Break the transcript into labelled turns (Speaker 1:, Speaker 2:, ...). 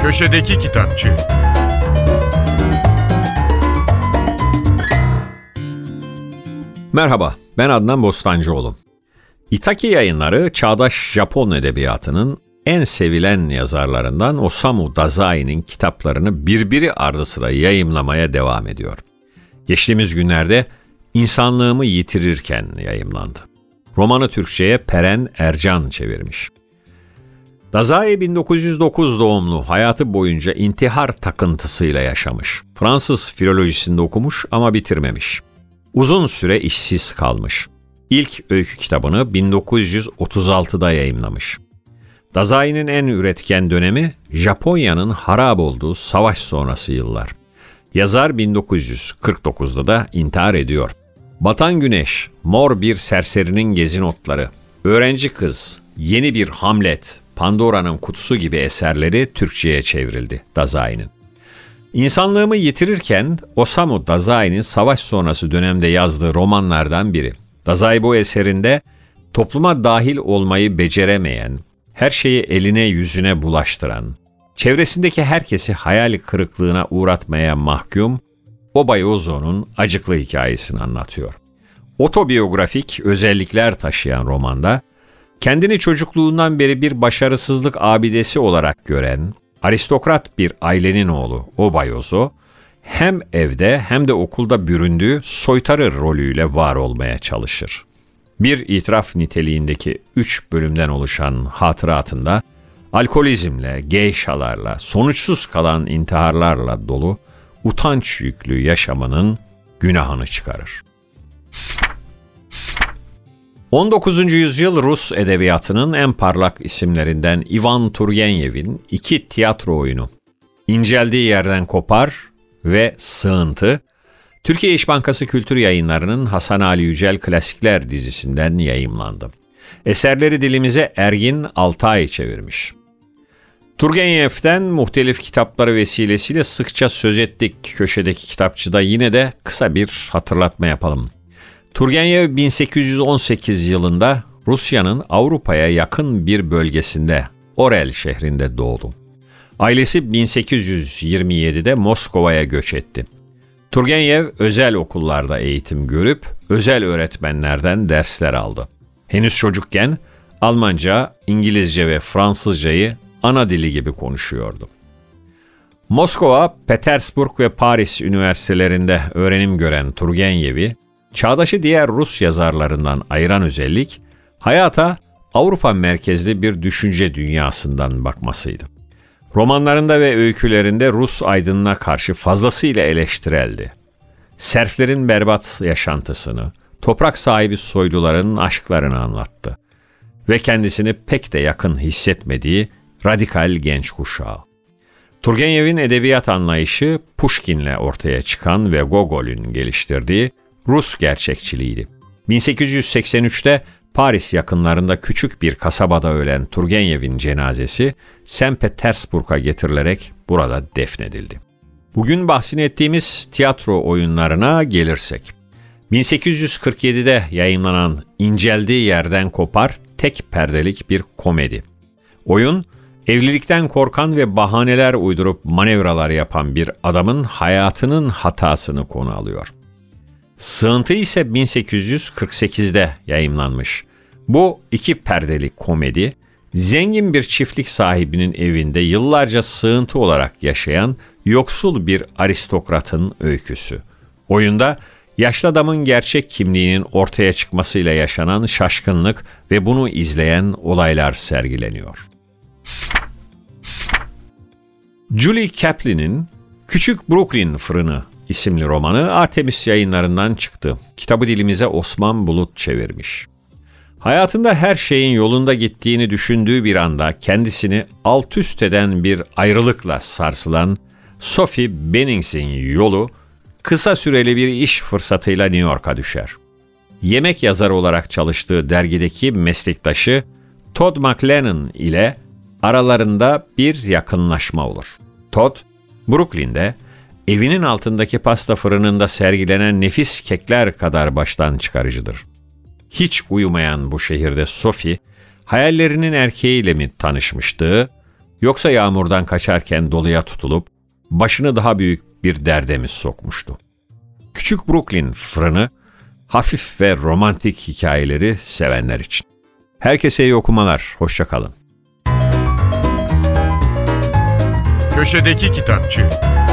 Speaker 1: Köşedeki Kitapçı.
Speaker 2: Merhaba, ben Adnan Bostancıoğlu. İtaki Yayınları, çağdaş Japon edebiyatının en sevilen yazarlarından Osamu Dazai'nin kitaplarını birbiri ardı sıra yayımlamaya devam ediyor. Geçtiğimiz günlerde İnsanlığımı Yitirirken yayımlandı. Romanı Türkçe'ye Peren Ercan çevirmiş. Dazai 1909 doğumlu, hayatı boyunca intihar takıntısıyla yaşamış. Fransız filolojisinde okumuş ama bitirmemiş. Uzun süre işsiz kalmış. İlk öykü kitabını 1936'da yayımlamış. Dazai'nin en üretken dönemi Japonya'nın harap olduğu savaş sonrası yıllar. Yazar 1949'da da intihar ediyor. Batan Güneş, Mor Bir Serserinin Gezi Notları, Öğrenci Kız, Yeni Bir Hamlet, Pandora'nın Kutusu gibi eserleri Türkçe'ye çevrildi Dazai'nin. İnsanlığımı Yitirirken Osamu Dazai'nin savaş sonrası dönemde yazdığı romanlardan biri. Dazai bu eserinde topluma dahil olmayı beceremeyen, her şeyi eline yüzüne bulaştıran, çevresindeki herkesi hayal kırıklığına uğratmaya mahkum Obay Ozo'nun acıklı hikayesini anlatıyor. Otobiyografik özellikler taşıyan romanda, kendini çocukluğundan beri bir başarısızlık abidesi olarak gören, aristokrat bir ailenin oğlu Obay Ozo, hem evde hem de okulda büründüğü soytarı rolüyle var olmaya çalışır. Bir itiraf niteliğindeki 3 bölümden oluşan hatıratında, alkolizmle, geyşalarla, sonuçsuz kalan intiharlarla dolu, utanç yüklü yaşamının günahını çıkarır. 19. yüzyıl Rus edebiyatının en parlak isimlerinden Ivan Turgenev'in 2 tiyatro oyunu, İnceldiği Yerden Kopar ve Sığıntı, Türkiye İş Bankası Kültür Yayınları'nın Hasan Ali Yücel Klasikler dizisinden yayımlandı. Eserleri dilimize Ergin Altay çevirmiş. Turgenev'den muhtelif kitapları vesilesiyle sıkça söz ettik köşedeki kitapçıda, yine de kısa bir hatırlatma yapalım. Turgenev 1818 yılında Rusya'nın Avrupa'ya yakın bir bölgesinde, Orel şehrinde doğdu. Ailesi 1827'de Moskova'ya göç etti. Turgenev özel okullarda eğitim görüp özel öğretmenlerden dersler aldı. Henüz çocukken Almanca, İngilizce ve Fransızcayı ana dili gibi konuşuyordu. Moskova, Petersburg ve Paris üniversitelerinde öğrenim gören Turgenev'i, çağdaşı diğer Rus yazarlarından ayıran özellik, hayata Avrupa merkezli bir düşünce dünyasından bakmasıydı. Romanlarında ve öykülerinde Rus aydınına karşı fazlasıyla eleştireldi. Serflerin berbat yaşantısını, toprak sahibi soyluların aşklarını anlattı ve kendisini pek de yakın hissetmediği radikal genç kuşağı. Turgenev'in edebiyat anlayışı Pushkin'le ortaya çıkan ve Gogol'ün geliştirdiği Rus gerçekçiliğiydi. 1883'te Paris yakınlarında küçük bir kasabada ölen Turgenev'in cenazesi St. Petersburg'a getirilerek burada defnedildi. Bugün bahsini ettiğimiz tiyatro oyunlarına gelirsek, 1847'de yayınlanan İnceldiği Yerden Kopar tek perdelik bir komedi. Oyun, evlilikten korkan ve bahaneler uydurup manevralar yapan bir adamın hayatının hatasını konu alıyor. Sığıntı ise 1848'de yayımlanmış. Bu 2 perdelik komedi, zengin bir çiftlik sahibinin evinde yıllarca sığıntı olarak yaşayan yoksul bir aristokratın öyküsü. Oyunda yaşlı adamın gerçek kimliğinin ortaya çıkmasıyla yaşanan şaşkınlık ve bunu izleyen olaylar sergileniyor. Julie Kaplan'in Küçük Brooklyn Fırını isimli romanı Artemis Yayınları'ndan çıktı. Kitabı dilimize Osman Bulut çevirmiş. Hayatında her şeyin yolunda gittiğini düşündüğü bir anda kendisini alt üst eden bir ayrılıkla sarsılan Sophie Bennings'in yolu kısa süreli bir iş fırsatıyla New York'a düşer. Yemek yazarı olarak çalıştığı dergideki meslektaşı Todd McLennan ile aralarında bir yakınlaşma olur. Todd, Brooklyn'de evinin altındaki pasta fırınında sergilenen nefis kekler kadar baştan çıkarıcıdır. Hiç uyumayan bu şehirde Sophie, hayallerinin erkeğiyle mi tanışmıştı, Yoksa yağmurdan kaçarken doluya tutulup başını daha büyük bir derde mi sokmuştu? Küçük Brooklyn Fırını, hafif ve romantik hikayeleri sevenler için. Herkese iyi okumalar, hoşça kalın.
Speaker 1: Köşedeki Kitapçı.